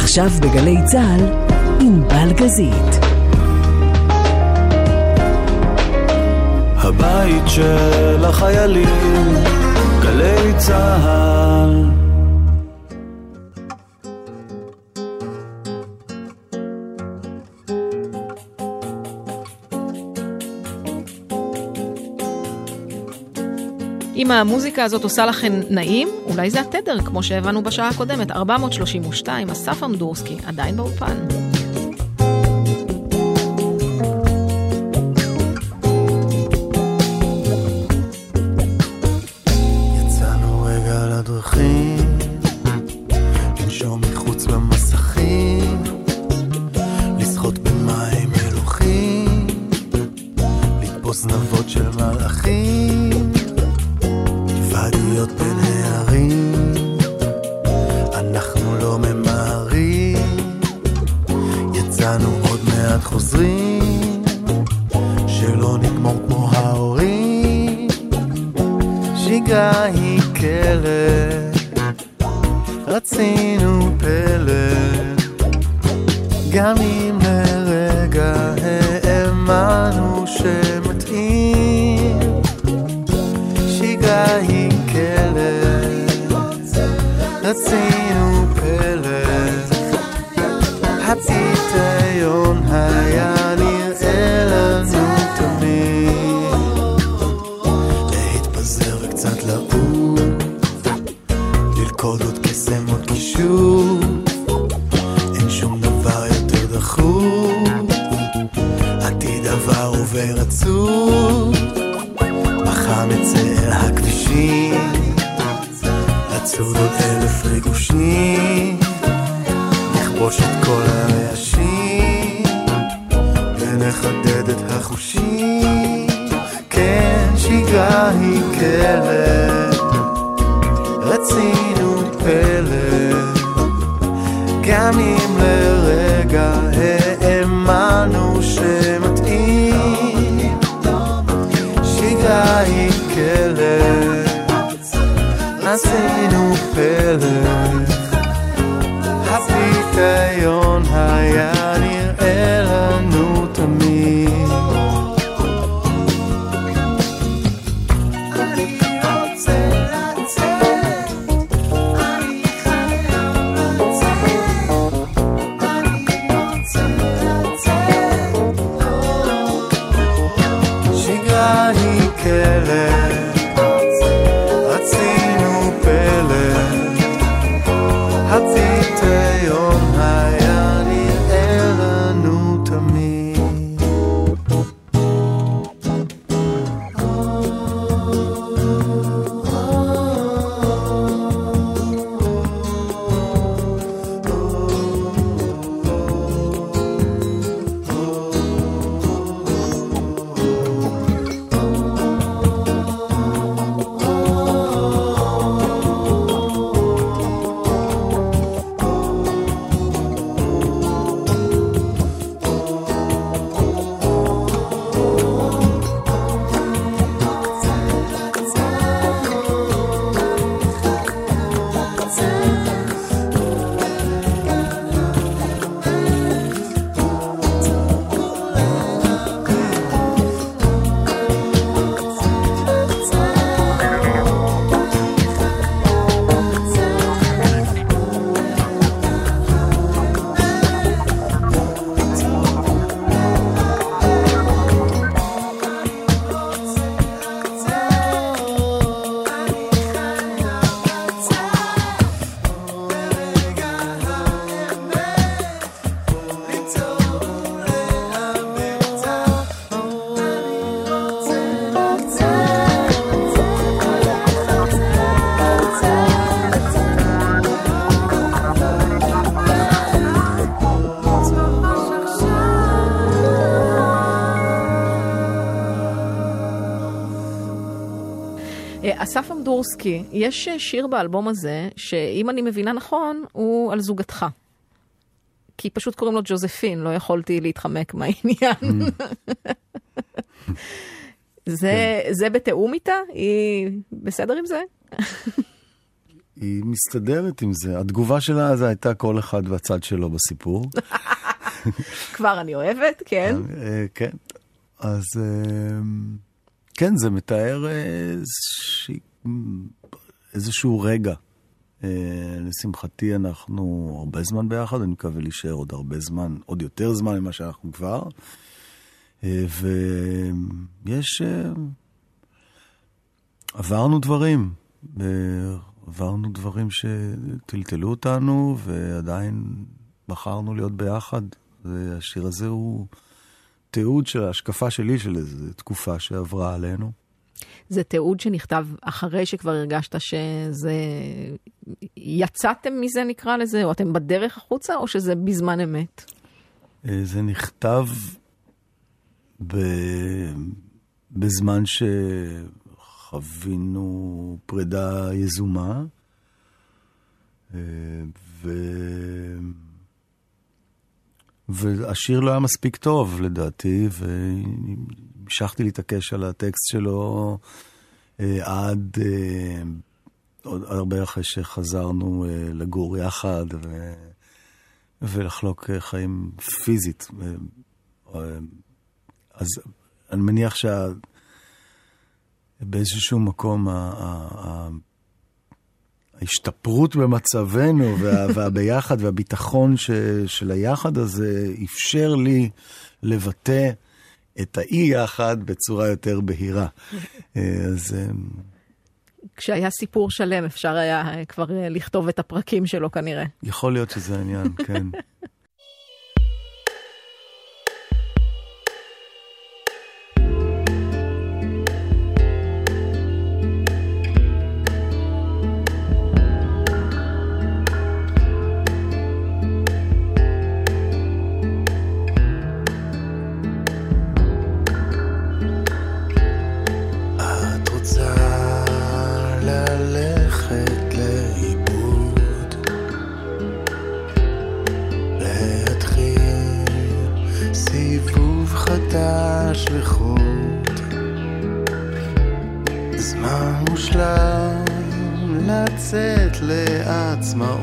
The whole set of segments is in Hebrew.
עכשיו בגלי צהל, ענבל גזית. הבית של החיילים, גלי צהל. אם המוזיקה הזאת עושה לכם נעים, אולי זה התדר, כמו שהבנו בשעה הקודמת, 432, אסף אמדורסקי, עדיין באופן. יצאנו רגע לדרכים, לנשום מחוץ במסכים, לשחות במים מלוכים, לתפוס נבות של מלאכים, ועדויות בין הערים, אנחנו לא ממהרים, יצאנו עוד מעט חוזרים, שלא נגמור כמו ההורים. שגרה היא כלב, רצינו פלא, גם אם לרגע האמנו שמתאים. שגרה היא כלב, רצינו פלא, הפיתיון היה נראה לנו תמיד, להתפזר וקצת לעוף, ללכוד עוד קסם עוד קישור, אין שום דבר יותר דחוף, עתיד עבר עובר עצוב, מחר נצא אל הכבישים, לצוד עוד 1000 ריגושים, נכבוש את כל הרעשים ונחדד את החושים. כן, שגרה היא כלב, רצינו פלא, גם אם לרגע האמנו שמתאים. שגרה היא כלב, רצינו פלא, הפיתיון היה נראה לנו תמיד. אני רוצה לצאת, אני חייב לצאת, אני רוצה לצאת. שגרה היא כלב, רצינו פלא, הפיתיון היה נראה לנו תמיד. אסף אמדורסקי, יש שיר באלבום הזה, שאם אני מבינה נכון, הוא על זוגתך. כי פשוט קוראים לו ג'וזפין, לא יכולתי להתחמק מהעניין. זה בתאום איתה? היא בסדר עם זה? היא מסתדרת עם זה. התגובה שלה זה הייתה כל אחד והצד שלו בסיפור. כבר אני אוהבת, כן. כן. אז כן, זה מתאר איזשהו רגע. לשמחתי אנחנו הרבה זמן ביחד, אני מקווה להישאר עוד הרבה זמן, עוד יותר זמן ממה שאנחנו כבר. ויש... עברנו דברים שטלטלו אותנו, ועדיין בחרנו להיות ביחד. והשיר הזה הוא תיעוד של ההשקפה שלי של איזו תקופה שעברה עלינו. זה תיעוד שנכתב אחרי שכבר הרגשת שזה... יצאתם מזה נקרא לזה, או אתם בדרך החוצה, או שזה בזמן אמת? זה נכתב בזמן שחווינו פרידה יזומה, והשיר לא היה מספיק טוב לדעתי, והמשכתי להתעקש על הטקסט שלו עד עוד הרבה אחרי שחזרנו לגור יחד ולחלוק חיים פיזית. אז אני מניח באיזשהו מקום ההשתפרות במצבנו והביחד והביטחון של היחד הזה אפשר לי לבטא את האי-יחד בצורה יותר בהירה. אז... כשהיה סיפור שלם אפשר היה כבר לכתוב את הפרקים שלו כנראה. יכול להיות שזה העניין, כן. זמן מושלם לצאת לעצמאות,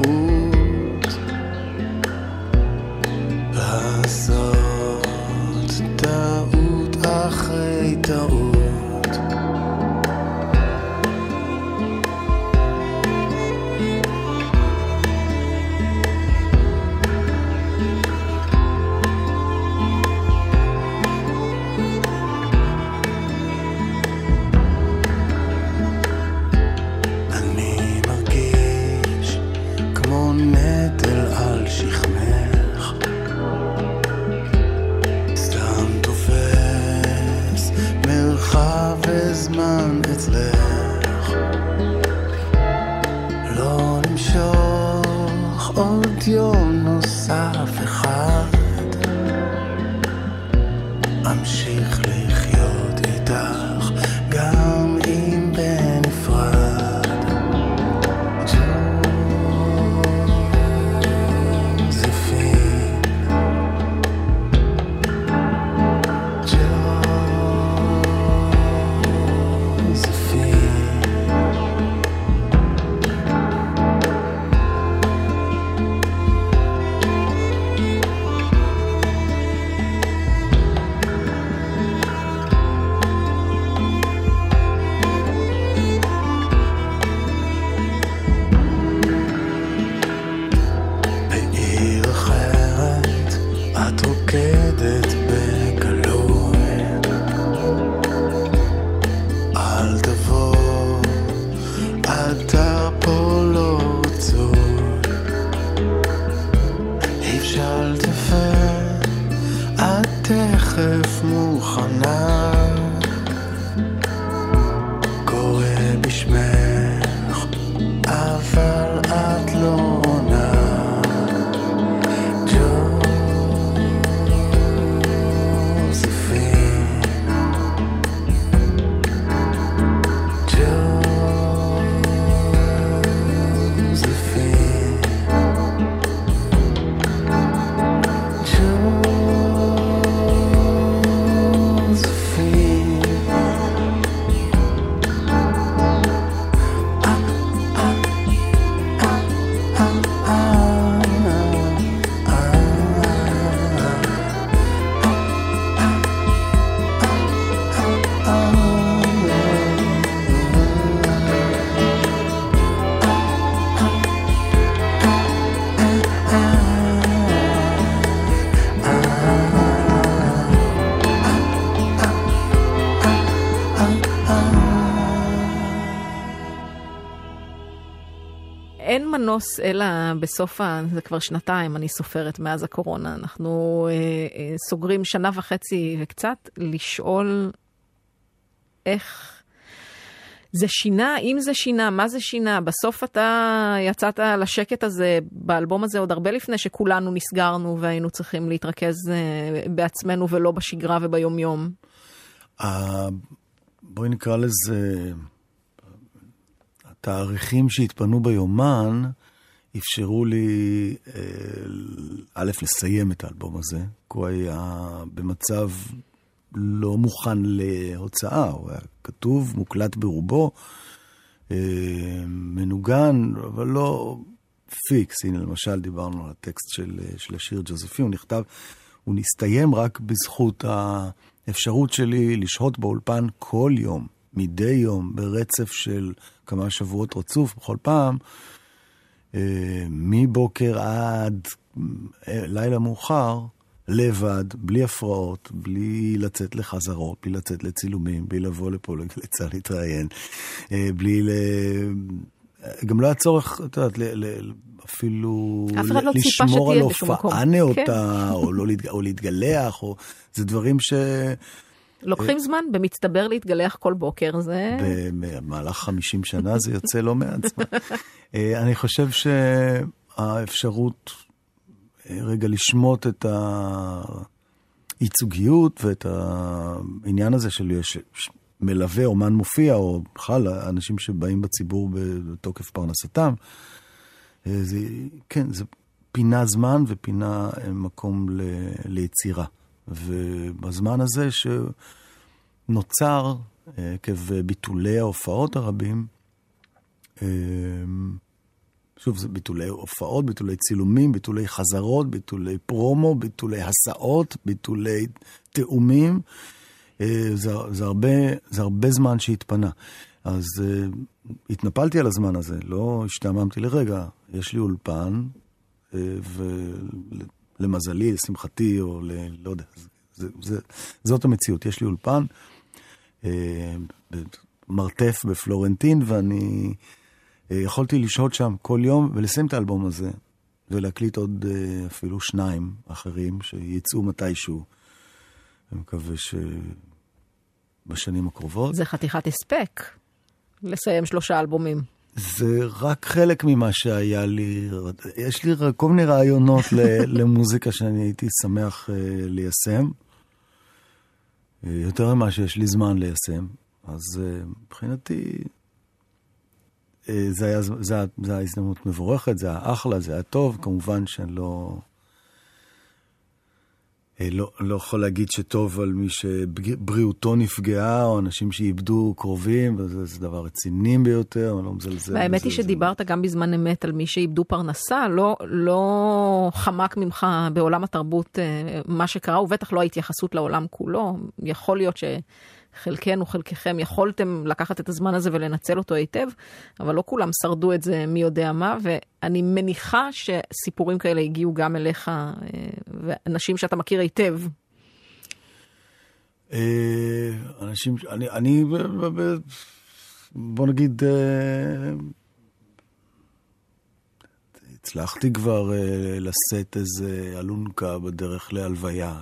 לעשות טעות אחרי טעות. זמן אצלך לא נמשוך עוד יום נוסף אחד, אמשיך לחיות איתך גם אם בנפרד. אין מנוס אלא בסוף, זה כבר שנתיים, אני סופרת מאז הקורונה, אנחנו סוגרים 1.5 שנה וקצת, לשאול איך זה שינה, אם זה שינה, מה זה שינה, בסוף אתה יצאת לשקט הזה, באלבום הזה עוד הרבה לפני שכולנו נסגרנו והיינו צריכים להתרכז בעצמנו ולא בשגרה וביום יום. בואי נקרא לזה... התאריכים שהתפנו ביומן אפשרו לי א' לסיים את האלבום הזה, כי הוא היה במצב לא מוכן להוצאה, הוא היה כתוב, מוקלט ברובו, מנוגן, אבל לא פיקס. הנה למשל דיברנו על הטקסט של השיר ג'וזפין, הוא נכתב, הוא נסתיים רק בזכות האפשרות שלי לשהות באולפן כל יום, מדי יום, ברצף של כמה שבועות רצוף בכל פעם, מבוקר עד לילה מאוחר, לבד, בלי הפרעות, בלי לצאת לחזרות, בלי לצאת לצילומים, בלי לבוא לפה לצל להתראיין, גם לא היה צורך, אתה יודעת, אפילו לשמור על הופעה נאותה, או להתגלח, זה דברים לוקחים זמן, במצטבר להתגלח כל בוקר, זה... במהלך 50 שנה זה יוצא לא מעט זמן. אני חושב שהאפשרות רגע לשמות את הייצוגיות ואת העניין הזה של מלווה, אומן מופיע, או בכלל אנשים שבאים בציבור בתוקף פרנסתם, כן, זה פינה זמן ופינה מקום ליצירה. ובזמן הזה שנוצר כביטולי ההופעות הרבים, שוב, זה ביטולי הופעות, ביטולי צילומים, ביטולי חזרות, ביטולי פרומו, ביטולי הסעות, ביטולי תאומים, זה הרבה זמן שהתפנה. אז התנפלתי על הזמן הזה, לא השתעממתי לרגע, יש לי אולפן, למזלי, לשמחתי, או לא יודע, זאת המציאות. יש לי אולפן, מרתף בפלורנטין, ואני יכולתי לשהות שם כל יום, ולסיים את האלבום הזה, ולהקליט עוד אפילו 2 אחרים, שיצאו מתישהו. אני מקווה שבשנים הקרובות. זה חתיכת הספק, לסיים 3 אלבומים. זה רק חלק ממה שהיה לי, יש לי כל מיני רעיונות למוזיקה שאני הייתי שמח ליישם, יותר ממה שיש לי זמן ליישם, אז מבחינתי זה היה הזדמנות מבורכת, זה היה אחלה, זה היה טוב, כמובן שאני לא יכול להגיד שטוב על מי שבריאותו נפגעה, או אנשים שאיבדו קרובים, וזה דבר רציני ביותר, אני לא מזלזל. והאמת היא שדיברת גם בזמן אמת על מי שאיבדו פרנסה, לא חמק ממך בעולם התרבות מה שקרה, ובטח לא ההתייחסות לעולם כולו. יכול להיות שחלקנו, חלקכם, יכולתם לקחת את הזמן הזה ולנצל אותו היטב, אבל לא כולם שרדו את זה מי יודע מה, ואני מניחה שסיפורים כאלה הגיעו גם אליך, ואנשים שאתה מכיר היטב. אנשים, אני בוא נגיד, הצלחתי כבר לשאת איזה אלונקה בדרך להלוויה,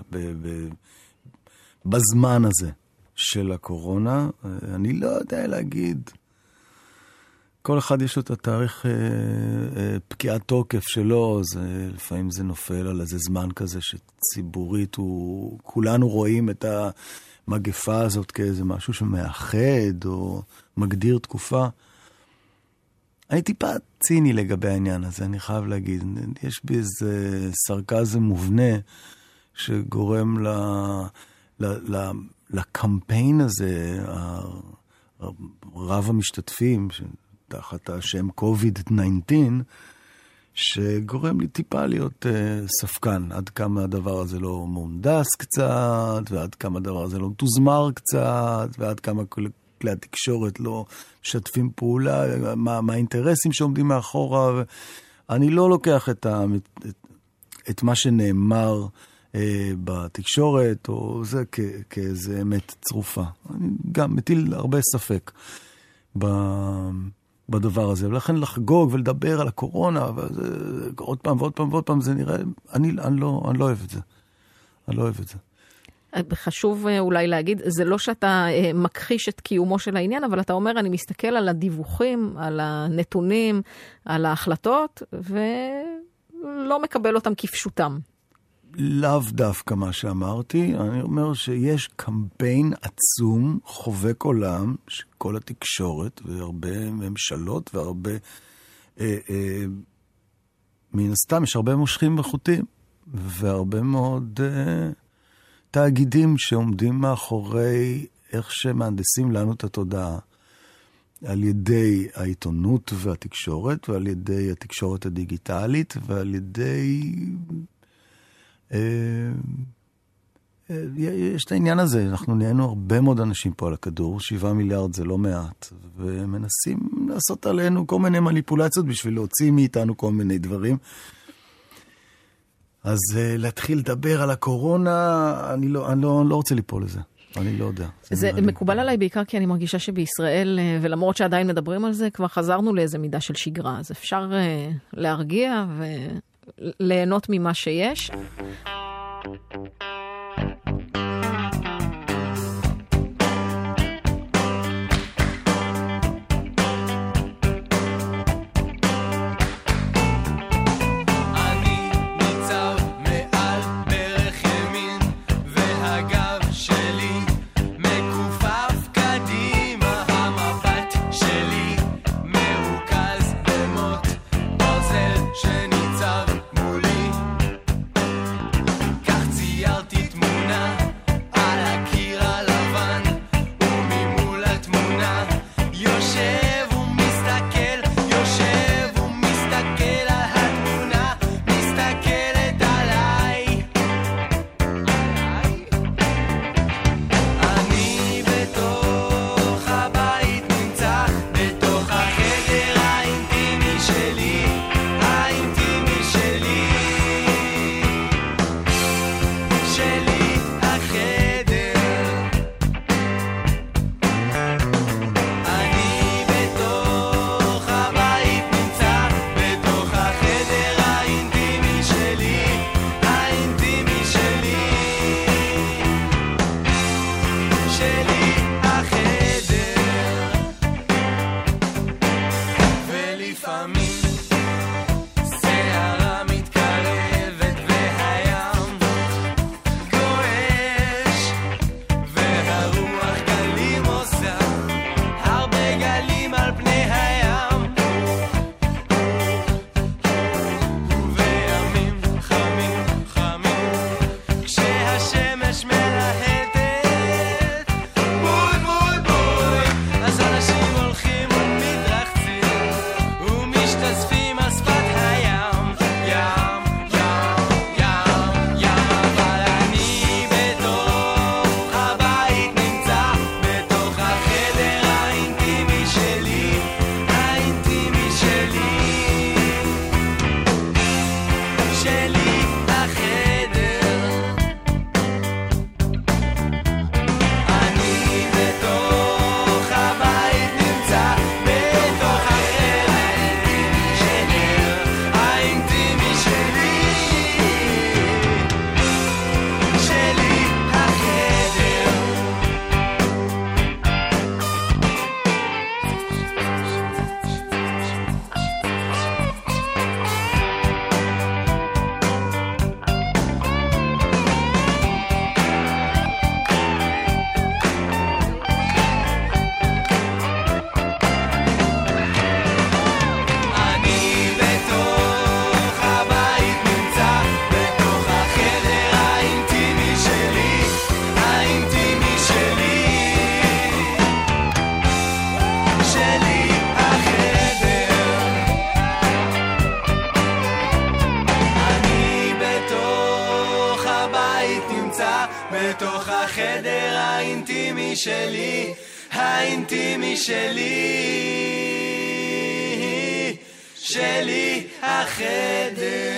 בזמן הזה של הקורונה. אני לא יודע להגיד, כל אחד יש לו את התאריך פקיעת תוקף שלו, לפעמים זה נופל על איזה זמן כזה שציבורית, כולנו רואים את המגפה הזאת כאיזה משהו שמאחד או מגדיר תקופה. אני טיפה ציני לגבי העניין הזה, אני חייב להגיד. יש בי איזה סרקזם מובנה שגורם לקמפיין הזה, רב המשתתפים, תחת השם COVID-19, שגורם לי טיפה להיות ספקן, עד כמה הדבר הזה לא מונדס קצת, ועד כמה הדבר הזה לא מתוזמר קצת, ועד כמה כלי התקשורת לא משתפים פעולה, מה האינטרסים שעומדים מאחורה. אני לא לוקח את מה שנאמר בתקשורת, או זה כאיזה אמת צרופה. אני גם מטיל הרבה ספק בדבר הזה, ולכן לחגוג ולדבר על הקורונה, עוד פעם ועוד פעם ועוד פעם, זה נראה, אני לא אוהב את זה. אני לא אוהב את זה. חשוב אולי להגיד, זה לא שאתה מכחיש את קיומו של העניין, אבל אתה אומר, אני מסתכל על הדיווחים, על הנתונים, על ההחלטות, ולא מקבל אותם כפשוטם. לאו דווקא מה שאמרתי, אני אומר שיש קמפיין עצום, חובק עולם, שכל התקשורת והרבה ממשלות והרבה, מן הסתם יש הרבה מושכים וחוטים, והרבה מאוד תאגידים שעומדים מאחורי איך שמהנדסים לנו את התודעה, על ידי העיתונות והתקשורת, ועל ידי התקשורת הדיגיטלית, ועל ידי יש את העניין הזה, אנחנו נהיינו הרבה מאוד אנשים פה על הכדור, 7 מיליארד זה לא מעט, ומנסים לעשות עלינו כל מיני מניפולציות בשביל להוציא מאיתנו כל מיני דברים. אז להתחיל לדבר על הקורונה, אני לא רוצה ליפול לזה. אני לא יודע. זה מקובל עליי בעיקר כי אני מרגישה שבישראל, ולמרות שעדיין מדברים על זה, כבר חזרנו לאיזה מידה של שגרה. אז אפשר להרגיע וליהנות ממה שיש. בתוך החדר האינטימי שלי, האינטימי שלי החדר.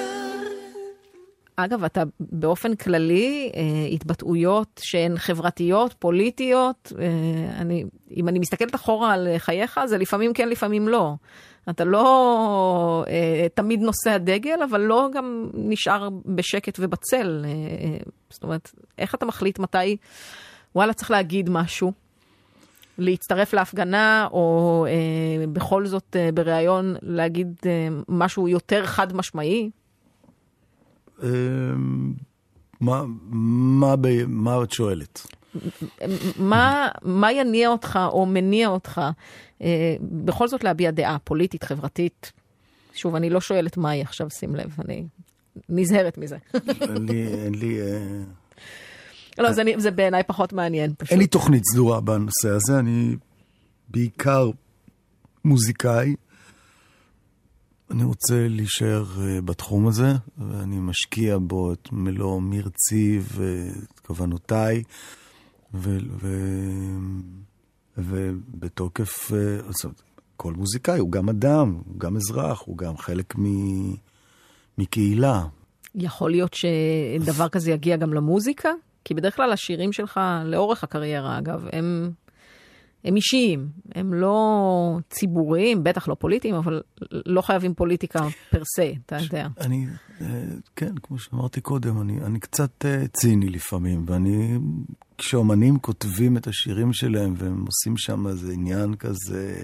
אגב, אתה באופן כללי, התבטאויות שהן חברתיות, פוליטיות, אם אני מסתכלת אחורה על חייך, זה לפעמים כן, לפעמים לא. אתה לא תמיד נושא הדגל, אבל לא גם נשאר בשקט ובצל. זאת אומרת, איך אתה מחליט מתי, וואלה, צריך להגיד משהו, להצטרף להפגנה, או בכל זאת בראיון להגיד משהו יותר חד משמעי? מה את שואלת? מה יניע אותך או מניע אותך בכל זאת להביע דעה פוליטית, חברתית? שוב, אני לא שואלת מהי עכשיו, שים לב, אני נזהרת מזה. אין לי... לא, זה בעיניי פחות מעניין פשוט. אין לי תוכנית סדורה בנושא הזה, אני בעיקר מוזיקאי. אני רוצה להישאר בתחום הזה, ואני משקיע בו את מלוא מרצי ואת כוונותיי, ובתוקף, כל מוזיקאי הוא גם אדם, הוא גם אזרח, הוא גם חלק מקהילה. יכול להיות שדבר כזה יגיע גם למוזיקה? כי בדרך כלל השירים שלך, לאורך הקריירה אגב, הם אישיים, הם לא ציבוריים, בטח לא פוליטיים, אבל לא חייבים פוליטיקה פרסה, אתה יודע. כן, כמו שאמרתי קודם, אני קצת ציני לפעמים, כשאומנים כותבים את השירים שלהם, והם עושים שם איזה עניין כזה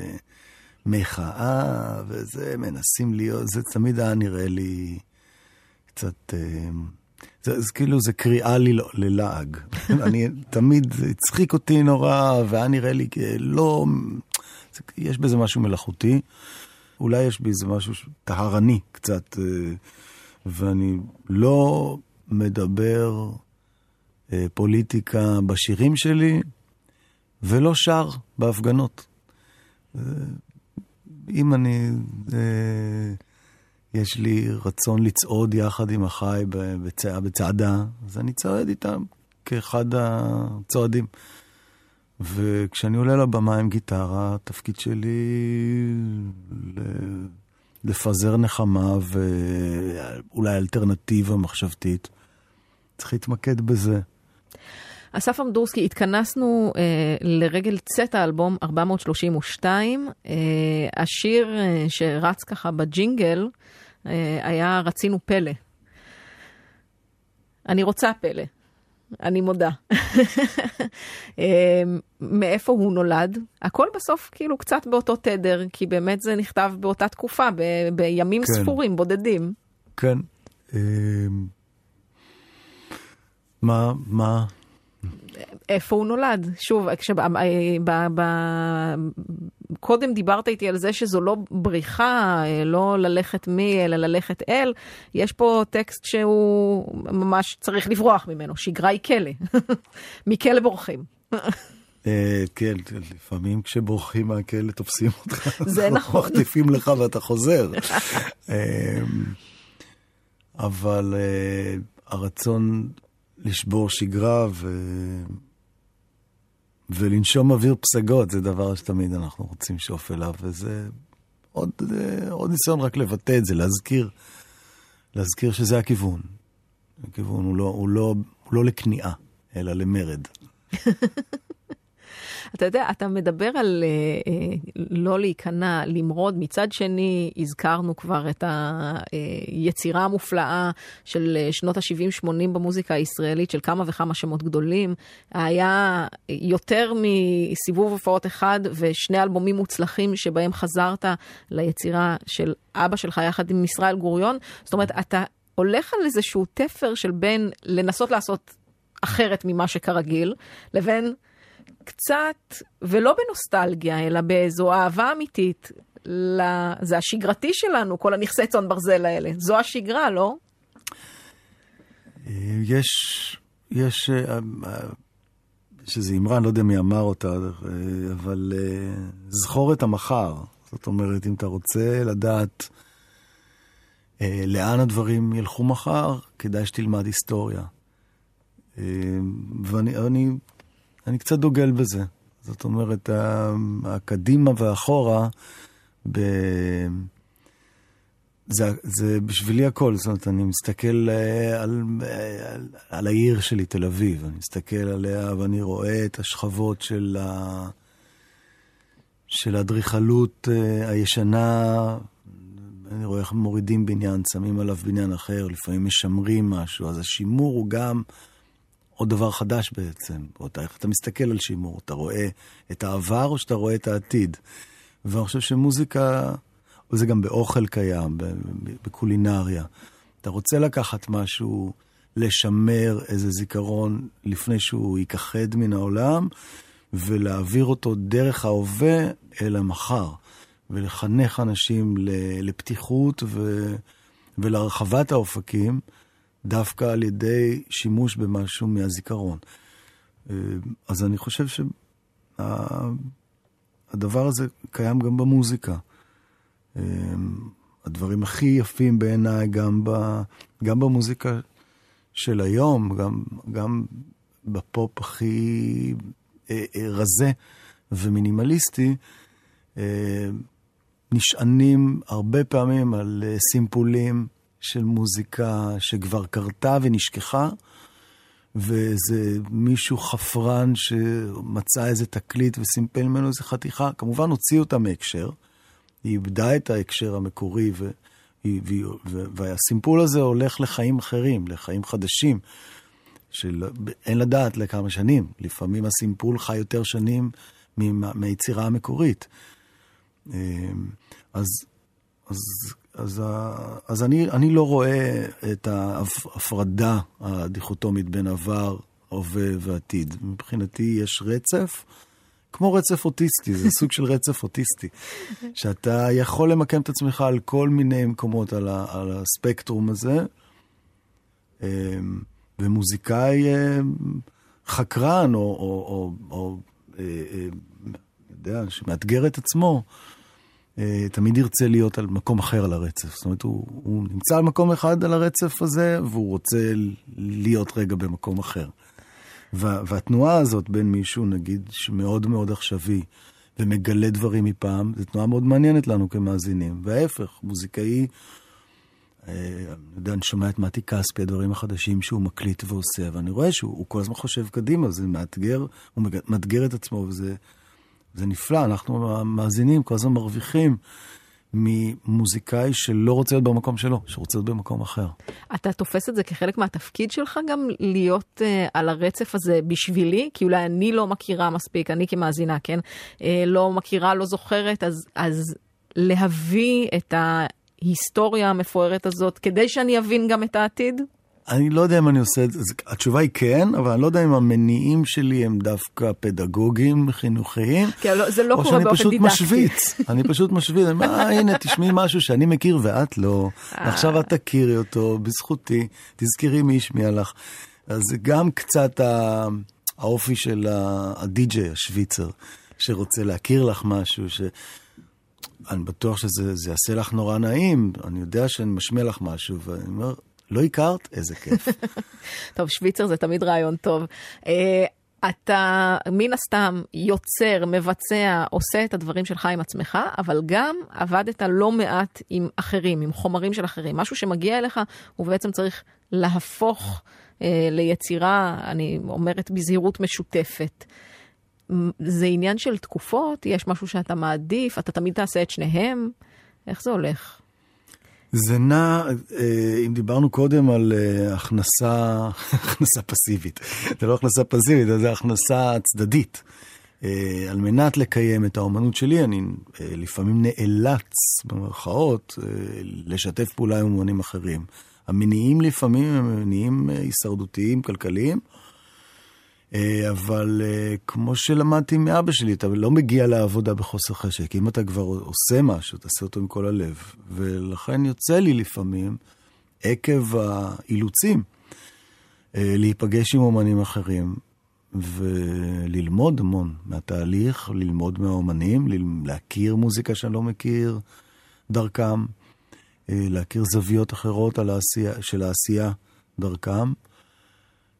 מחאה, וזה מנסים להיות, זה תמיד היה נראה לי קצת... זה כאילו, זה קריאה לי ללעג. אני תמיד, זה הצחיק אותי נורא, והיה נראה לי לא... יש בזה משהו מלאכותי. אולי יש בזה משהו טהרני קצת, ואני לא מדבר פוליטיקה בשירים שלי, ולא שר בהפגנות. אם אני... יש לי רצון לצעוד יחד עם החי בצעדה, אז אני צועד איתם כאחד הצועדים. וכשאני עולה לבמה עם גיטרה, התפקיד שלי לפזר נחמה ואולי אלטרנטיבה מחשבתית. צריך להתמקד בזה. אסף אמדורסקי, התכנסנו לרגל צאת האלבום 432. השיר שרץ ככה בג'ינגל היה רצינו פלא. אני רוצה פלא. אני מודה. מאיפה הוא נולד? הכל בסוף כאילו קצת באותו תדר, כי באמת זה נכתב באותה תקופה, בימים כן. ספורים, בודדים. כן. מה? איפה הוא נולד? שוב, קודם דיברת איתי על זה שזו לא בריחה, לא ללכת מי, אלא ללכת אל. יש פה טקסט שהוא ממש צריך לברוח ממנו, שגרה היא כלא. מכלא בורחים. כן, לפעמים כשבורחים מהכלא תופסים אותך. זה נכון. מחטיפים לך ואתה חוזר. אבל הרצון לשבור שגרה ולנשום אוויר פסגות, זה דבר שתמיד אנחנו רוצים לשאוף אליו, וזה עוד ניסיון רק לבטא את זה, להזכיר שזה הכיוון. הכיוון הוא לא לקניעה, אלא למרד. אתה יודע, אתה מדבר על לא להיכנע, למרוד. מצד שני, הזכרנו כבר את היצירה המופלאה של שנות ה-70-80 במוזיקה הישראלית, של כמה וכמה שמות גדולים. היה יותר מסיבוב הופעות אחד, ושני אלבומים מוצלחים שבהם חזרת ליצירה של אבא שלך יחד עם ישראל גוריון. זאת אומרת, אתה הולך על איזשהו תפר של בין לנסות לעשות אחרת ממה שכרגיל, לבין קצת, ולא בנוסטלגיה, אלא באיזו אהבה אמיתית, זה השגרתי שלנו, כל הנכסי צאן ברזל האלה. זו השגרה, לא? יש שזה אמרה, אני לא יודע מי אמר אותה, אבל זכור את המחר. זאת אומרת, אם אתה רוצה לדעת לאן הדברים ילכו מחר, כדאי שתלמד היסטוריה. ואני קצת דוגל בזה. זאת אומרת, הקדימה והאחורה, זה בשבילי הכל. זאת אומרת, אני מסתכל על העיר שלי, תל אביב. אני מסתכל עליה ואני רואה את השכבות של האדריכלות הישנה. אני רואה איך מורידים בניין, שמים עליו בניין אחר, לפעמים משמרים משהו. אז השימור הוא גם עוד דבר חדש בעצם. איך אתה מסתכל על שימור? אתה רואה את העבר או שאתה רואה את העתיד? ואני חושב שמוזיקה, וזה גם באוכל קיים, בקולינריה. אתה רוצה לקחת משהו, לשמר איזה זיכרון לפני שהוא ייכחד מן העולם, ולהעביר אותו דרך ההווה אל המחר. ולחנך אנשים לפתיחות ולהרחבת האופקים, דווקא על ידי שימוש במשהו מהזיכרון. אז אני חושב שהדבר הזה קיים גם במוזיקה. הדברים הכי יפים בעיניי גם במוזיקה של היום, גם בפופ הכי רזה ומינימליסטי, נשענים הרבה פעמים על סימפולים של מוזיקה שכבר קרתה ונשכחה, וזה מישהו חפרן שמצא איזה תקליט וסימפל ממנו איזה חתיכה. כמובן הוציא אותה מהקשר, היא איבדה את ההקשר המקורי, והסימפול הזה הולך לחיים אחרים, לחיים חדשים, אין לדעת לכמה שנים. לפעמים הסימפול חי יותר שנים מהיצירה המקורית. אז אני לא רואה את ההפרדה הדיכוטומית בין עבר, הווה ועתיד. מבחינתי יש רצף, כמו רצף אוטיסטי, זה סוג של רצף אוטיסטי, שאתה יכול למקם את עצמך על כל מיני מקומות על הספקטרום הזה, ומוזיקאי חקרן או יודע, שמאתגר את עצמו, תמיד ירצה להיות על מקום אחר על הרצף. זאת אומרת, הוא נמצא על מקום אחד על הרצף הזה, והוא רוצה להיות רגע במקום אחר. והתנועה הזאת בין מישהו, נגיד, שמאוד מאוד עכשווי, ומגלה דברים מפעם, זו תנועה מאוד מעניינת לנו כמאזינים. וההפך, מוזיקאי, אני שומע את מתי כספי, הדברים החדשים שהוא מקליט ועושה, ואני רואה שהוא כל הזמן חושב קדימה, זה מאתגר, הוא מאתגר את עצמו, זה נפלא. אנחנו המאזינים כל הזמן מרוויחים ממוזיקאי שלא רוצה להיות במקום שלו, שרוצה להיות במקום אחר. אתה תופס את זה כחלק מהתפקיד שלך גם להיות על הרצף הזה בשבילי? כי אולי אני לא מכירה מספיק, אני כמאזינה, כן? לא מכירה, לא זוכרת, אז להביא את ההיסטוריה המפוארת הזאת, כדי שאני אבין גם את העתיד? אני לא יודע אם אני עושה את זה, התשובה היא כן, אבל אני לא יודע אם המניעים שלי הם דווקא פדגוגיים, חינוכיים, זה לא קורה באופן דידקטי. אני פשוט משוויץ, הנה תשמעי משהו שאני מכיר ואת לא, עכשיו את תכירי אותו, בזכותי, תזכרי מי ישמיע לך. אז זה גם קצת האופי של הדי-ג'יי, השוויצר, שרוצה להכיר לך משהו, אני בטוח שזה יעשה לך נורא נעים, אני יודע שאני משמיע לך משהו, ואני אומר, לא הכרת? איזה כיף. טוב, שוויצר זה תמיד רעיון טוב. אתה מן הסתם יוצר, מבצע, עושה את הדברים שלך עם עצמך, אבל גם עבדת לא מעט עם אחרים, עם חומרים של אחרים. משהו שמגיע אליך, הוא בעצם צריך להפוך ליצירה, אני אומרת בזהירות משותפת. זה עניין של תקופות? יש משהו שאתה מעדיף? אתה תמיד תעשה את שניהם? איך זה הולך? זה נע, אם דיברנו קודם על הכנסה פסיבית, זה לא הכנסה פסיבית, זה הכנסה צדדית. על מנת לקיים את האומנות שלי, אני לפעמים נאלץ, במרכאות, לשתף פעולה עם אומנים אחרים. המניעים לפעמים הם מניעים הישרדותיים, כלכליים, אבל כמו שלמדתי מאבא שלי, אתה לא מגיע לעבודה בחוסר חשק. אם אתה כבר עושה משהו, תעשה אותו עם כל הלב. ולכן יוצא לי לפעמים, עקב האילוצים, להיפגש עם אומנים אחרים, וללמוד המון מהתהליך, ללמוד מהאומנים, להכיר מוזיקה שאני לא מכיר דרכם, להכיר זוויות אחרות של העשייה דרכם,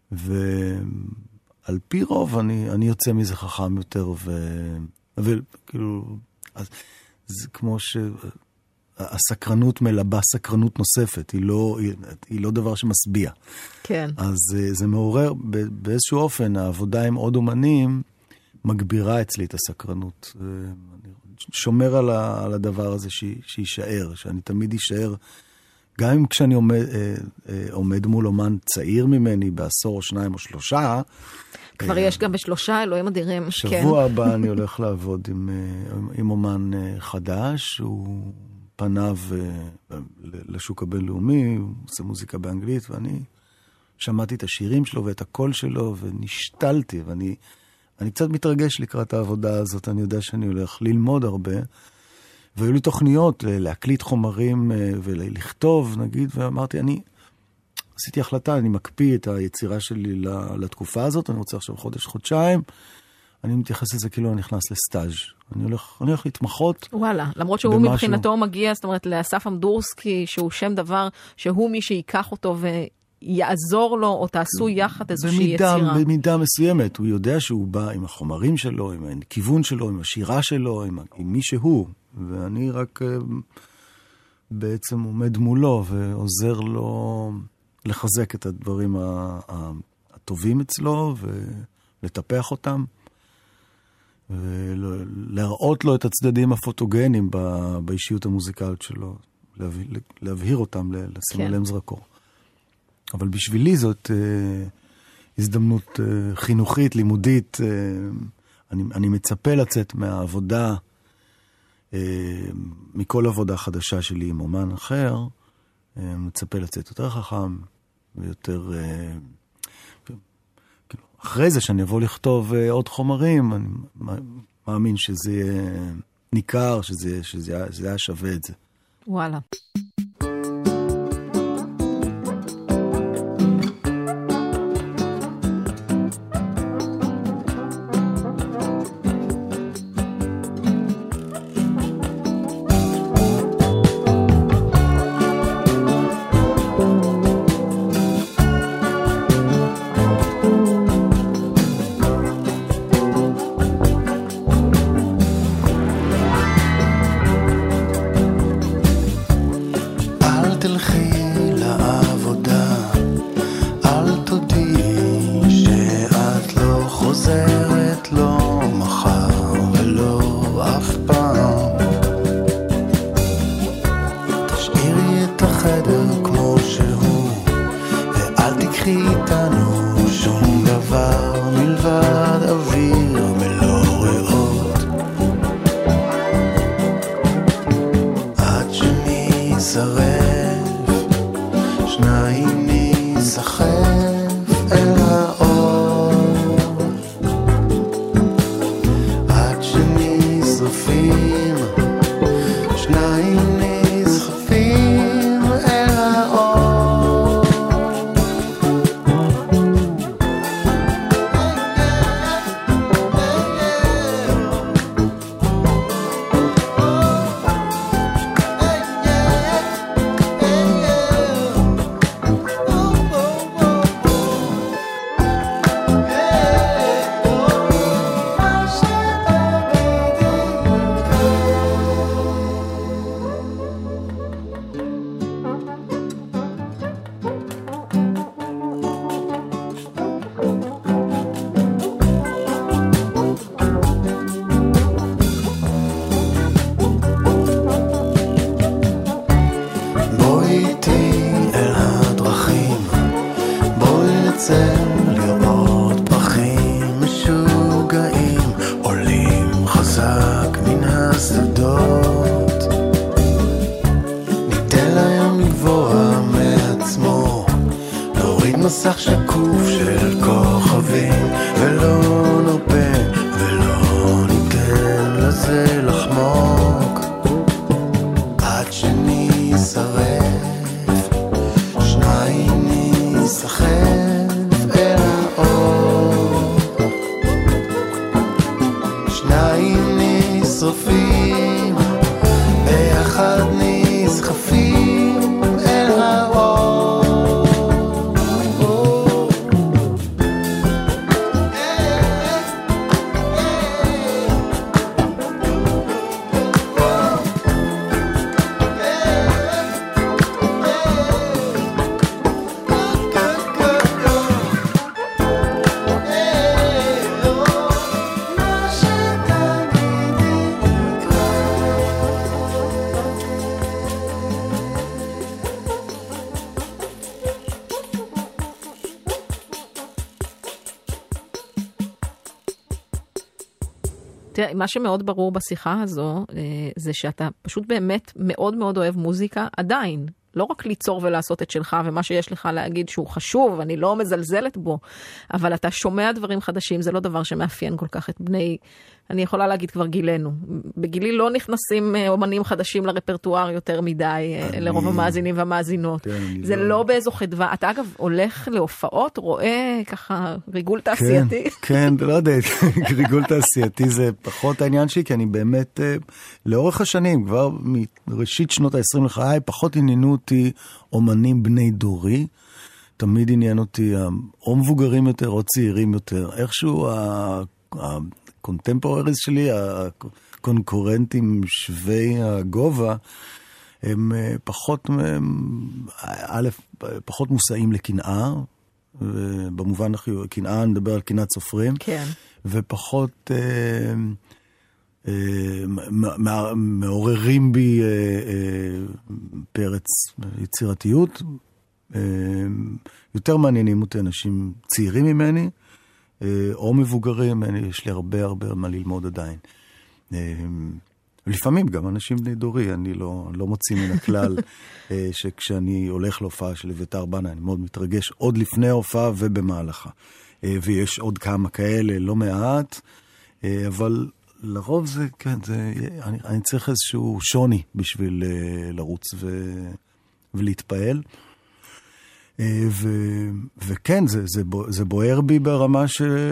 ועל פי רוב אני יוצא מזה חכם יותר, וכאילו, זה כמו שהסקרנות מלבה סקרנות נוספת, היא לא דבר שמשביע. כן. אז זה מעורר, באיזשהו אופן, העבודה עם עוד אומנים מגבירה אצלי את הסקרנות. אני שומר על הדבר הזה שישאר, שאני תמיד יישאר, גם אם כשאני עומד מול אומן צעיר ממני, בעשור או 2 או 3, כבר יש גם ב3, אלוהים אדירים. שבוע הבא אני הולך לעבוד עם אומן חדש, הוא פניו לשוק הבינלאומי, הוא עושה מוזיקה באנגלית, ואני שמעתי את השירים שלו ואת הקול שלו, ונשתלתי, ואני קצת מתרגש לקראת העבודה הזאת, אני יודע שאני הולך ללמוד הרבה, והיו לי תוכניות להקליט חומרים ולכתוב, נגיד, ואמרתי, אני עשיתי החלטה, אני מקפיא את היצירה שלי לתקופה הזאת, אני רוצה עכשיו חודש-חודשיים, אני מתייחס לזה כאילו אני נכנס לסטאז'. אני הולך להתמחות. וואלה, למרות שהוא מבחינתו מגיע, זאת אומרת, לאסף אמדורסקי, שהוא שם דבר, שהוא מי שיקח אותו ויעזור לו, או תעשו יחד איזושהי יצירה. במידה מסוימת, הוא יודע שהוא בא עם החומרים שלו, עם הכיוון שלו, עם השירה שלו, עם מי שהוא, ואני רק בעצם עומד מולו, ועוזר לו לחזק את הדברים הטובים אצלו, ולטפח אותם. ולהראות לו את הצדדים הפוטוגנים באישיות המוזיקלית שלו, להבהיר אותם, לשים עליהם זרקור. אבל בשבילי זאת הזדמנות חינוכית, לימודית. אני מצפה לצאת מהעבודה, מכל עבודה חדשה שלי עם אומן אחר, מצפה לצאת יותר חכם ויותר... אחרי זה שאני אבוא לכתוב עוד חומרים, אני מאמין שזה יהיה ניכר, שזה היה שווה את זה. וואלה. מסך שקוף של כוכבים, ולא נרפה ולא ניתן לזה לחמוק עד שנשרף, שניים נסחף אל האור, שניים נשרפים ביחד נסחפים אל האור. תראה, מה שמאוד ברור בשיחה הזו, זה שאתה פשוט באמת מאוד מאוד אוהב מוזיקה עדיין. לא רק ליצור ולעשות את שלך, ומה שיש לך להגיד שהוא חשוב, אני לא מזלזלת בו, אבל אתה שומע דברים חדשים, זה לא דבר שמאפיין כל כך את בני, אני יכולה להגיד כבר גילנו. בגילי לא נכנסים אומנים חדשים לרפרטואר יותר מדי, לרוב המאזינים והמאזינות. זה לא באיזו חדווה. אתה אגב הולך להופעות, רואה ככה ריגול תעשייתי? כן, לא יודע, ריגול תעשייתי זה פחות העניין שלי, כי אני באמת, לאורך השנים, כבר מראשית שנות ה-20 לחיי, פחות עניינו אותי אומנים בני דורי, תמיד עניין אותי או מבוגרים יותר או צעירים יותר. איכשהו הקונטמפורריז שלי, הקונקורנטים שווי הגובה, הם פחות מושאים לקנאה, במובן קנאה, נדבר על קנאת סופרים, כן. ופחות מעוררים בי פרץ יצירתיות. יותר מעניינים אותי אנשים צעירים ממני, או מבוגרים ממני, יש לי הרבה מה ללמוד עדיין. לפעמים גם אנשים בני דורי, אני לא מוציא מן הכלל, שכשאני הולך להופעה של אביתר בנה, אני מאוד מתרגש עוד לפני ההופעה ובמהלכה. ויש עוד כמה כאלה, לא מעט, אבל לרוב זה, כן, אני צריך איזשהו שוני בשביל לרוץ ולהתפעל. וכן, זה בוער בי ברמה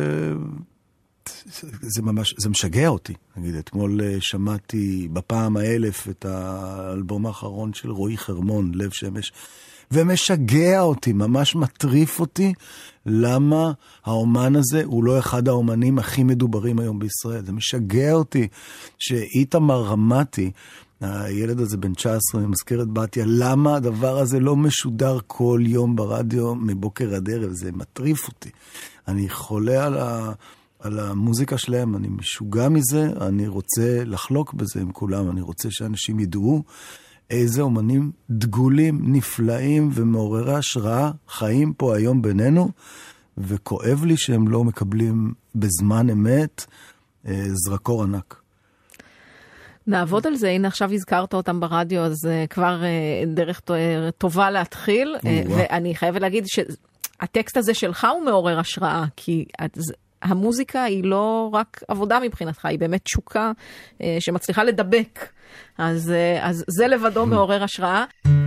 זה משגע אותי. נגיד, אתמול שמעתי בפעם ה-1000 את האלבום האחרון של רועי חרמון, לב שמש, ומשגע אותי, ממש מטריף אותי, למה האומן הזה הוא לא אחד האומנים הכי מדוברים היום בישראל. זה משגע אותי שאיתמר רמתי, הילד הזה בן 19, מזכרת בתיה, למה הדבר הזה לא משודר כל יום ברדיו מבוקר עד ערב? זה מטריף אותי. אני חולה על המוזיקה שלהם, אני משוגע מזה, אני רוצה לחלוק בזה עם כולם, אני רוצה שאנשים ידעו איזה אומנים דגולים, נפלאים ומעוררי השראה חיים פה היום בינינו, וכואב לי שהם לא מקבלים בזמן אמת זרקור ענק. נעבוד על זה, הנה עכשיו הזכרת אותם ברדיו, אז כבר דרך טובה להתחיל, ואני חייבת להגיד שהטקסט הזה שלך הוא מעורר השראה, כי המוזיקה היא לא רק עבודה מבחינתך, היא באמת תשוקה שמצליחה לדבק, אז זה לבדו מעורר השראה.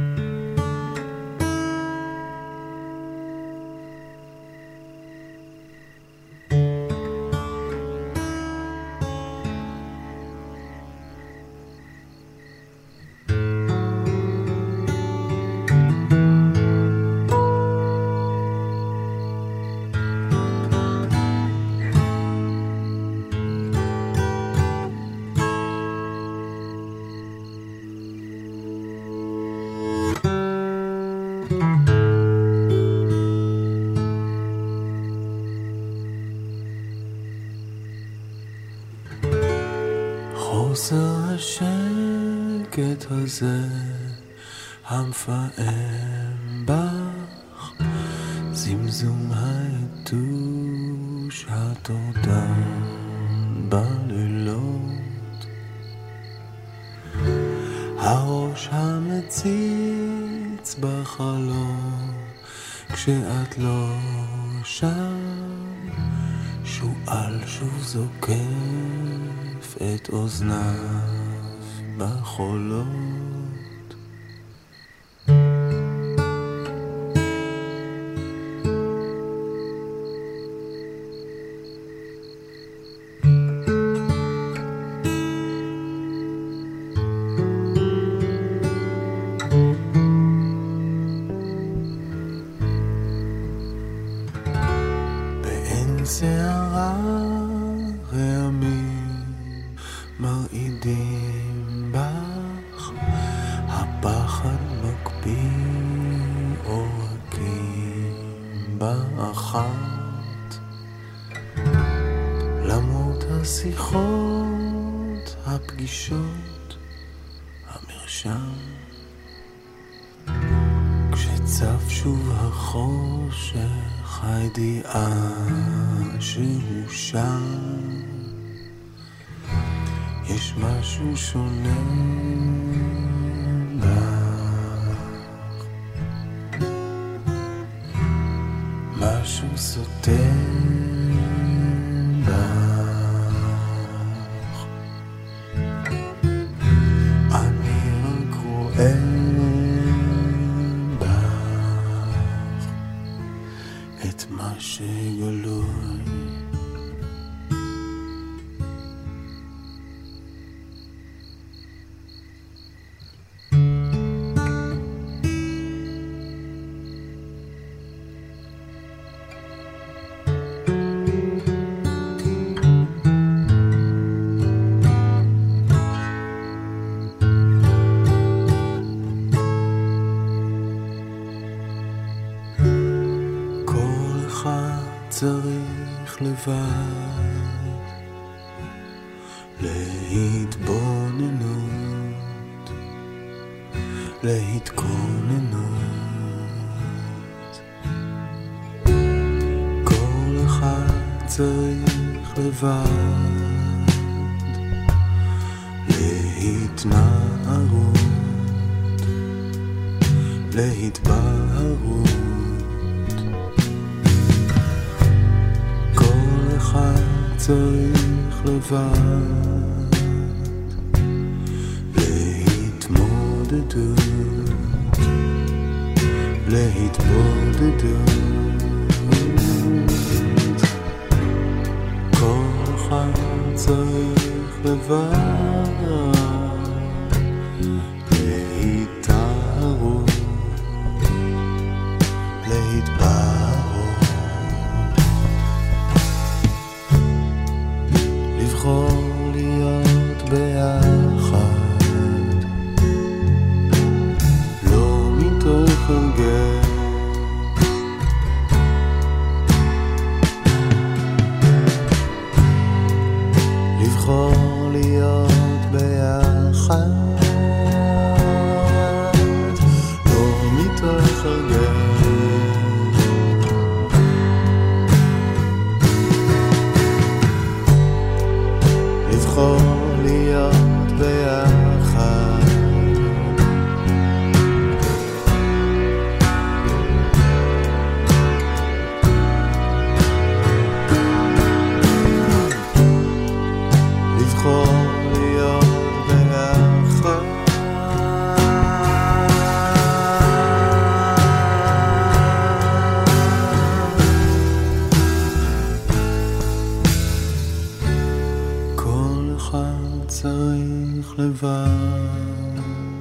חוסר השקט הזה המפעם בך, זמזום היתוש התורדן בלילות, הראש המציץ בחלום כשאת לא שם, שואל שוב זוקף את אוזניו בחולות. באין שערה רעמים מרעידים בך, הפחד מקפיא עורקים באחת, למרות השיחות, הפגישות, המרשם, כשצף שוב החושך, הידיעה שהוא שם, יש משהו שונה בך, משהו סותר בך. אני רק רואה בך את מה שגלוי. צריך לבד להתבוננות, להתכוננות. כל אחד צריך לבד להתנערות, להתבהרות. צריך לבד להתמודדות, להתבודדות. כל אחד צריך לבד להתערות, להתבהרות. לבחור להיות ביחד, לא מתוך הרגל. לבחור להיות ביחד, לא מתוך הרגל. לבחור להיות ביחד, לבחור להיות ביחד. צריך לבד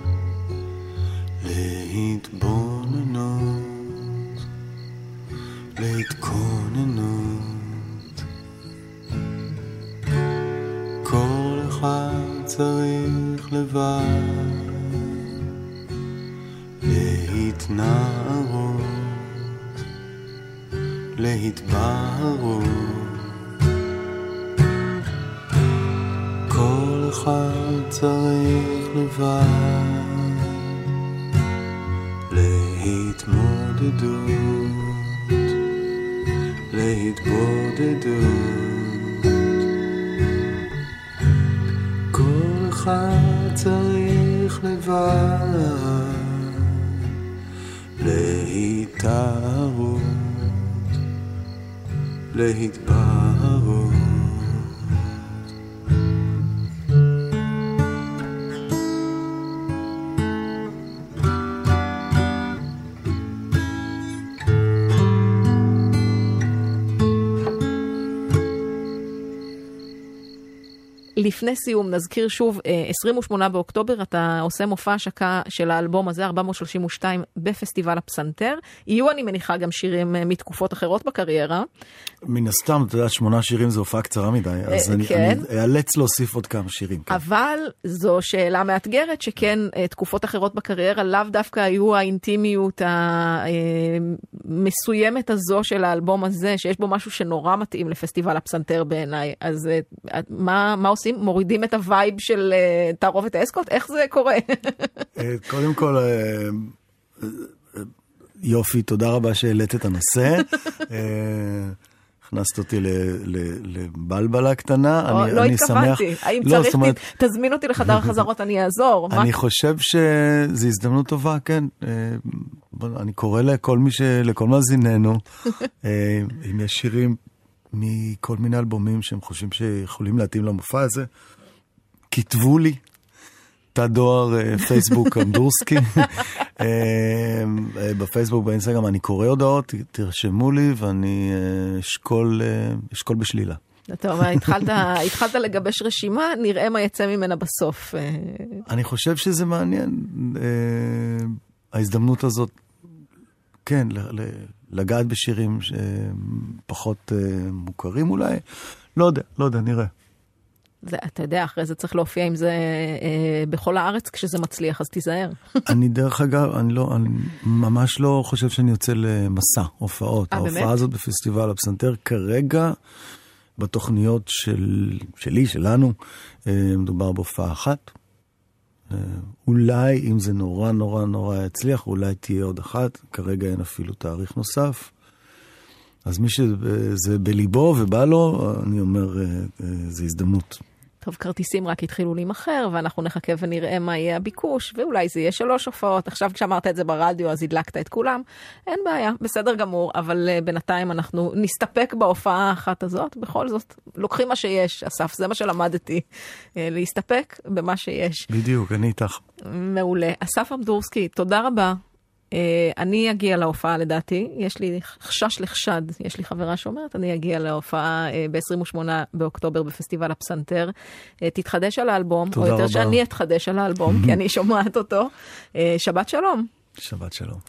להתבוננות, להתכוננות. כל אחד צריך לבד להתנערות, להתבהרות. כל אחד צריך לבד להתמודדות, להתבודדות. כל אחד צריך לבד להתערות, להתבהרות. לפני סיום, נזכיר שוב, 28 באוקטובר, אתה עושה מופע השקה של האלבום הזה, 432, בפסטיבל הפסנתר. יהיו, אני מניחה, גם שירים מתקופות אחרות בקריירה. מן הסתם, אתה יודעת, 8 שירים זו הופעה קצרה מדי, אז אני אאלץ להוסיף עוד כמה שירים. אבל זו שאלה מאתגרת, שכן תקופות אחרות בקריירה, לאו דווקא היו האינטימיות המסוימת הזו של האלבום הזה, שיש בו משהו שנורא מתאים לפסטיבל הפסנתר בעיניי. אז מה עושים? מורידים את הווייב של תערובת האסקוט? איך זה קורה? קודם כל, יופי, תודה רבה שהעלית את הנושא. הכנסת אותי לבלבלה קטנה. לא התכוונתי. האם צריך, תזמין אותי לחדר חזרות, אני אעזור. אני חושב שזו הזדמנות טובה, כן. אני קורא לכל מאזיננו, אם יש שירים מכל מיני אלבומים שהם חושבים שיכולים להתאים למופע הזה, כתבו לי. דואר פייסבוק אמדורסקי, בפייסבוק, באינסטגרם, אני קורא הודעות, תרשמו לי ואני אשכול בשלילה. אתה אומר, התחלת לגבש רשימה, נראה מה יצא ממנה בסוף. אני חושב שזה מעניין, ההזדמנות הזאת, כן, לגעת בשירים פחות מוכרים אולי, לא יודע, נראה. אתה יודע, אחרי זה צריך להופיע עם זה בכל הארץ כשזה מצליח, אז תיזהר. אני דרך אגב, אני ממש לא חושב שאני יוצא למסע, הופעות. ההופעה הזאת בפסטיבל הפסנתר כרגע, בתוכניות שלי, שלנו, מדובר בהופעה אחת. אולי, אם זה נורא יצליח, אולי תהיה עוד אחת. כרגע אין אפילו תאריך נוסף. אז מי שזה בליבו ובא לו, אני אומר, זה הזדמנות. טוב, כרטיסים רק התחילו להימחר, ואנחנו נחכה ונראה מה יהיה הביקוש, ואולי זה יהיה 3 הופעות. עכשיו כשאמרת את זה ברדיו, אז הדלקת את כולם. אין בעיה, בסדר גמור, אבל בינתיים אנחנו נסתפק בהופעה האחת הזאת. בכל זאת, לוקחים מה שיש, אסף, זה מה שלמדתי. להסתפק במה שיש. בדיוק, אני איתך. מעולה. אסף אמדורסקי, תודה רבה. אני אגיע להופעה לדעתי, יש לי חשש לחשד, יש לי חברה שאומרת, אני אגיע להופעה ב-28 באוקטובר בפסטיבל הפסנתר, תתחדש על האלבום, או יותר שאני אתחדש על האלבום, כי אני שומעת אותו. שבת שלום. שבת שלום.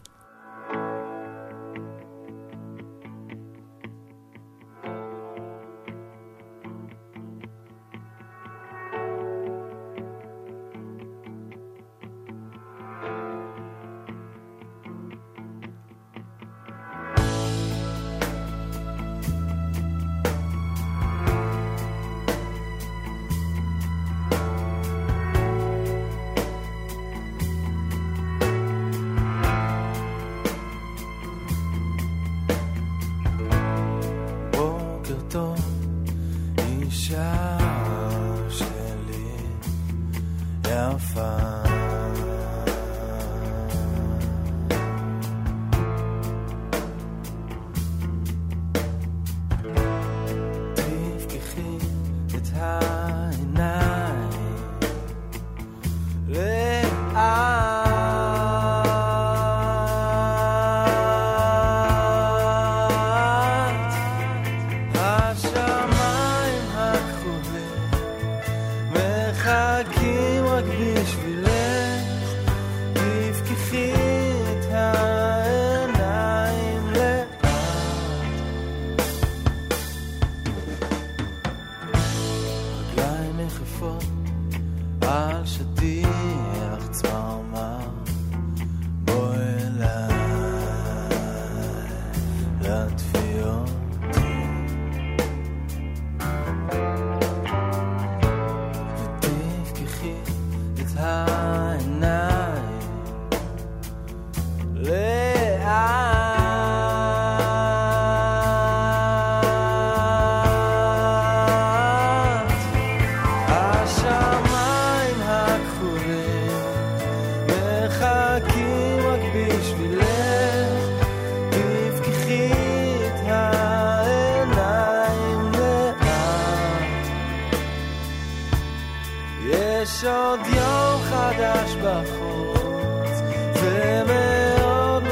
יש עוד יום חדש בחוץ, ומאוד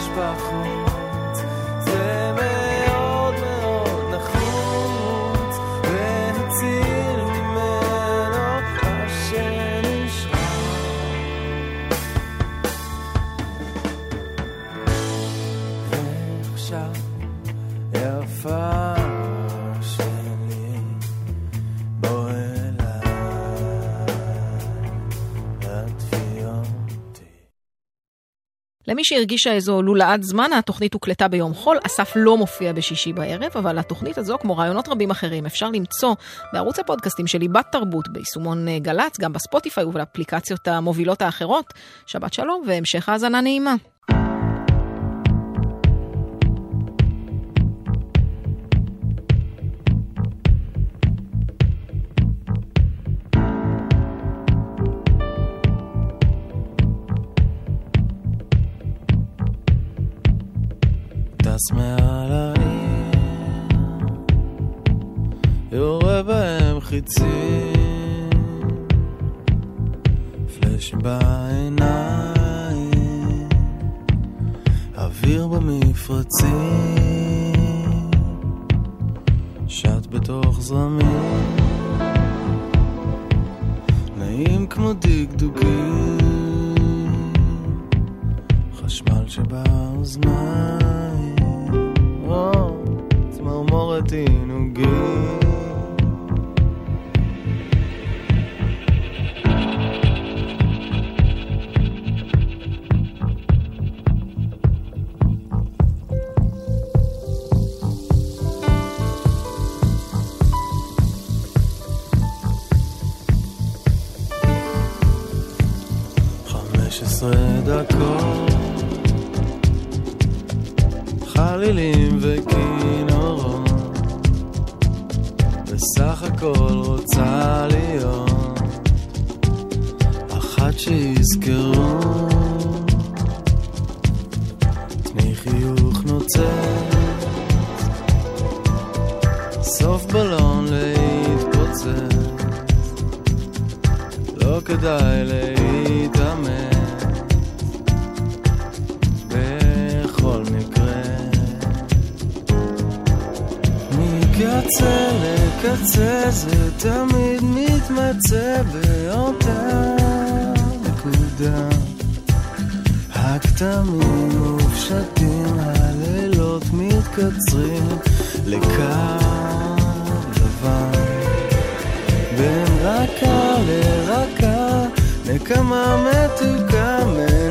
בחוץ, זה מאוד מאוד נחוץ, והציל ממנו אשר נשאר. ועכשיו יפה שלי, בוא אליי, עטפי אותי. למי שהרגישה איזו לולאת זמן, התוכנית הוקלטה ביום חול, אסף לא מופיע בשישי בערב, אבל התוכנית הזו, כמו רעיונות רבים אחרים, אפשר למצוא בערוץ הפודקאסטים שלי בת תרבות, ביישומון גלץ, גם בספוטיפיי ובאפליקציות המובילות האחרות. שבת שלום והמשך האזנה נעימה. טס מעל העיר, יורה בהם חיצים, פלאשים בעיניים, אוויר במפרצים, שט בתוך זרמים, נעים כמו דקדוקים, חשמל שבאוזניים, צמרמורת עינוגים. דקות, חלילים וכינורות, בסך הכל רוצה להיות אחת שיזכרו, תני חיוך נוצץ, סוף בלון להתפוצץ, לא כדאי להתאמן בכל מקרה, מקצה לקצה זה תמיד מתמצא באותה נקודה, הכתמים מופשטים, הלילות מתקצרים לקו לבן, בין רכה לרכה נקמה מתוקה,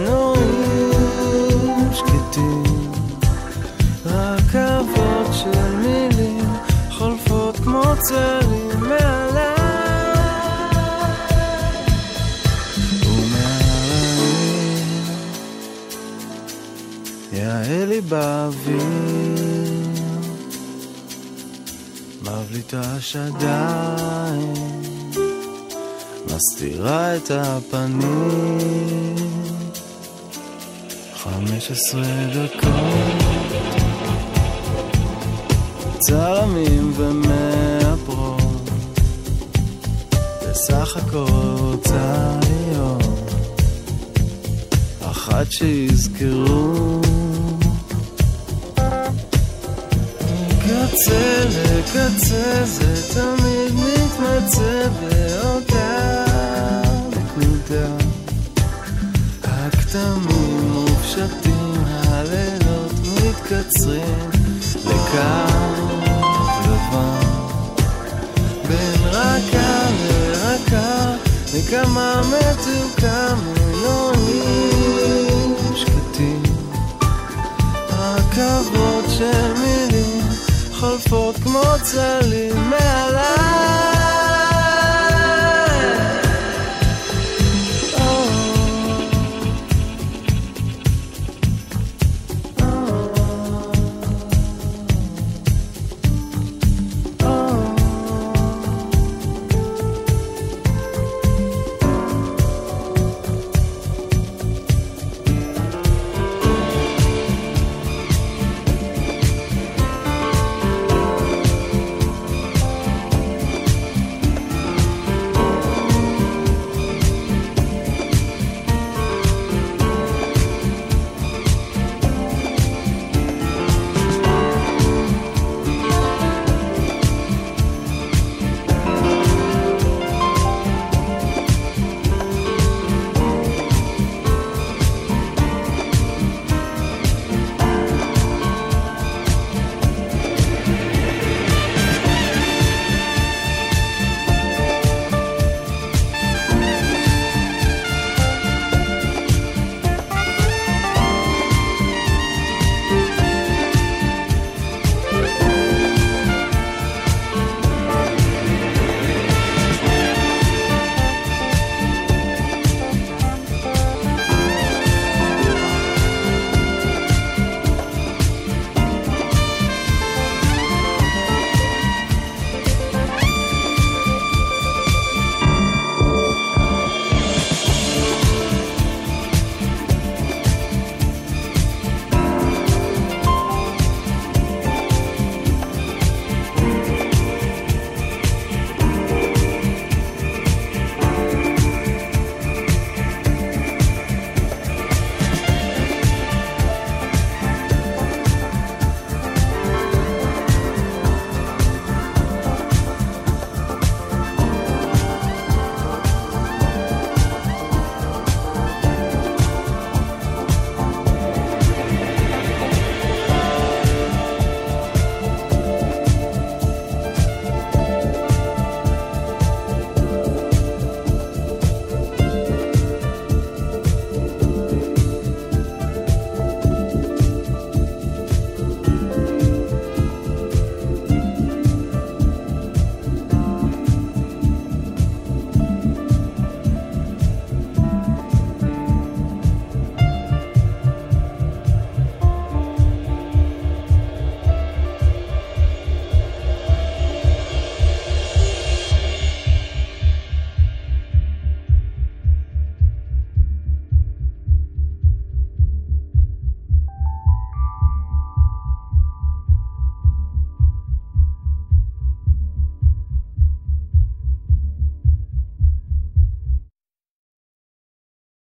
מנועים שקטים, רכבות של מילים חולפות כמו צלים מעליי ומעליי, יעלי באוויר מבליטה שדיים, מסתירה את הפנים, 15 דקות, צלמים ומאפרות, בסך הכל רוצה להיות אחת שיזכרו, מקצה לקצה זה תמיד מתמצא באותה נקודה, הכתמים מופשטים, הלילות מתקצרים לקו לבן, בין רכה לרכה נקמה מתוקה, מנועים שקטים, רכבות של מילים חולפות כמו צלים מעליי